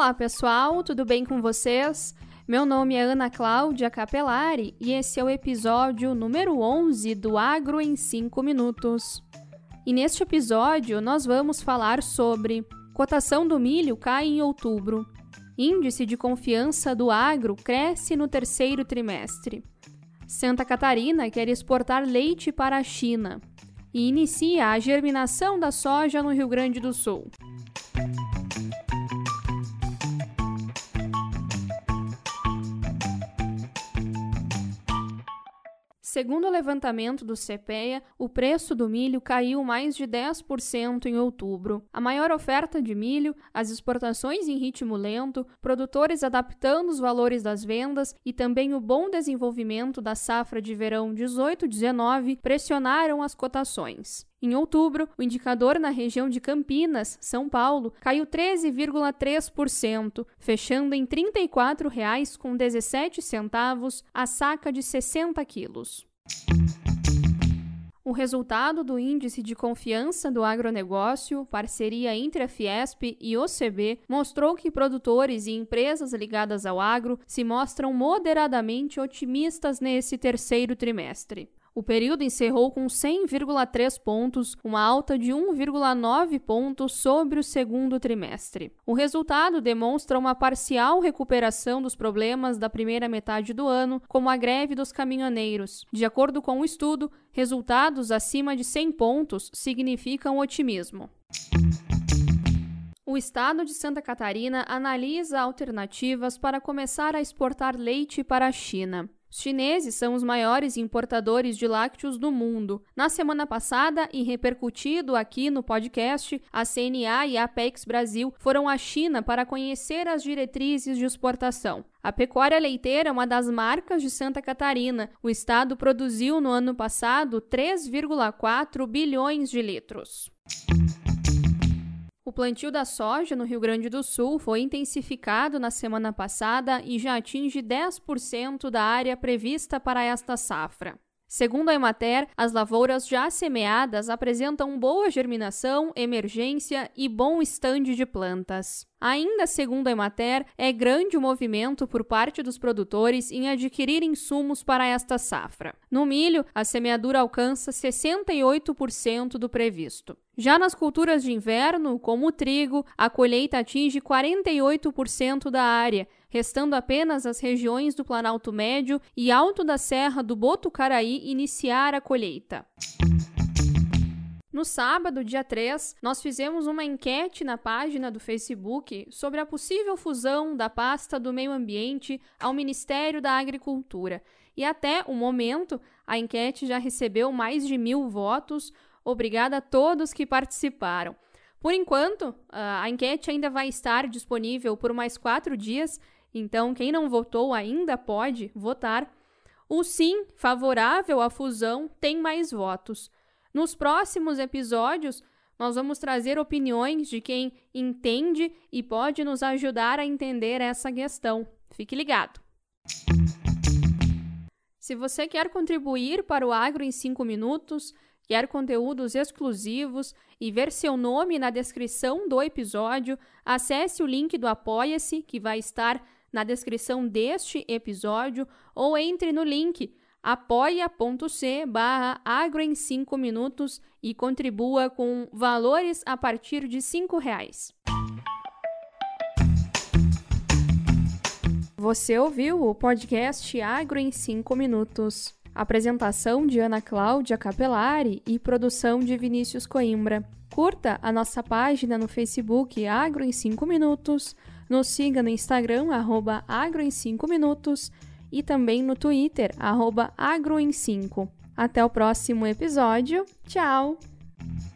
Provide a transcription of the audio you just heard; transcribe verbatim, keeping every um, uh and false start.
Olá pessoal, tudo bem com vocês? Meu nome é Ana Cláudia Capelari e esse é o episódio número onze do Agro em cinco minutos. E neste episódio nós vamos falar sobre cotação do milho cai em outubro, índice de confiança do agro cresce no terceiro trimestre, Santa Catarina quer exportar leite para a China e inicia a germinação da soja no Rio Grande do Sul. Segundo o levantamento do CEPEA, o preço do milho caiu mais de dez por cento em outubro. A maior oferta de milho, as exportações em ritmo lento, produtores adaptando os valores das vendas e também o bom desenvolvimento da safra de verão dezoito dezenove pressionaram as cotações. Em outubro, o indicador na região de Campinas, São Paulo, caiu treze vírgula três por cento, fechando em trinta e quatro reais e dezessete centavos a saca de sessenta quilos. O resultado do Índice de Confiança do Agronegócio, parceria entre a Fiesp e o C B, mostrou que produtores e empresas ligadas ao agro se mostram moderadamente otimistas nesse terceiro trimestre. O período encerrou com cem vírgula três pontos, uma alta de um vírgula nove pontos sobre o segundo trimestre. O resultado demonstra uma parcial recuperação dos problemas da primeira metade do ano, como a greve dos caminhoneiros. De acordo com o estudo, resultados acima de cem pontos significam otimismo. O estado de Santa Catarina analisa alternativas para começar a exportar leite para a China. Os chineses são os maiores importadores de lácteos do mundo. Na semana passada, e repercutido aqui no podcast, a C N A e a Apex Brasil foram à China para conhecer as diretrizes de exportação. A pecuária leiteira é uma das marcas de Santa Catarina. O estado produziu no ano passado três vírgula quatro bilhões de litros. O plantio da soja no Rio Grande do Sul foi intensificado na semana passada e já atinge dez por cento da área prevista para esta safra. Segundo a Emater, as lavouras já semeadas apresentam boa germinação, emergência e bom estande de plantas. Ainda segundo a Emater, é grande o movimento por parte dos produtores em adquirir insumos para esta safra. No milho, a semeadura alcança sessenta e oito por cento do previsto. Já nas culturas de inverno, como o trigo, a colheita atinge quarenta e oito por cento da área, restando apenas as regiões do Planalto Médio e Alto da Serra do Botucaraí iniciar a colheita. No sábado, dia três, nós fizemos uma enquete na página do Facebook sobre a possível fusão da pasta do Meio Ambiente ao Ministério da Agricultura. E até o momento, a enquete já recebeu mais de mil votos. Obrigada a todos que participaram. Por enquanto, a enquete ainda vai estar disponível por mais quatro dias, então quem não votou ainda pode votar. O sim favorável à fusão tem mais votos. Nos próximos episódios, nós vamos trazer opiniões de quem entende e pode nos ajudar a entender essa questão. Fique ligado! Se você quer contribuir para o Agro em cinco minutos, quer conteúdos exclusivos e ver seu nome na descrição do episódio, acesse o link do Apoia-se, que vai estar na descrição deste episódio, ou entre no link apoia.c barra agro em cinco minutos e contribua com valores a partir de cinco reais. Você ouviu o podcast Agro em cinco minutos. Apresentação de Ana Cláudia Capelari e produção de Vinícius Coimbra. Curta a nossa página no Facebook Agro em cinco minutos, nos siga no Instagram, arroba agro em cinco minutos, e também no Twitter, arroba agro em cinco. Até o próximo episódio. Tchau!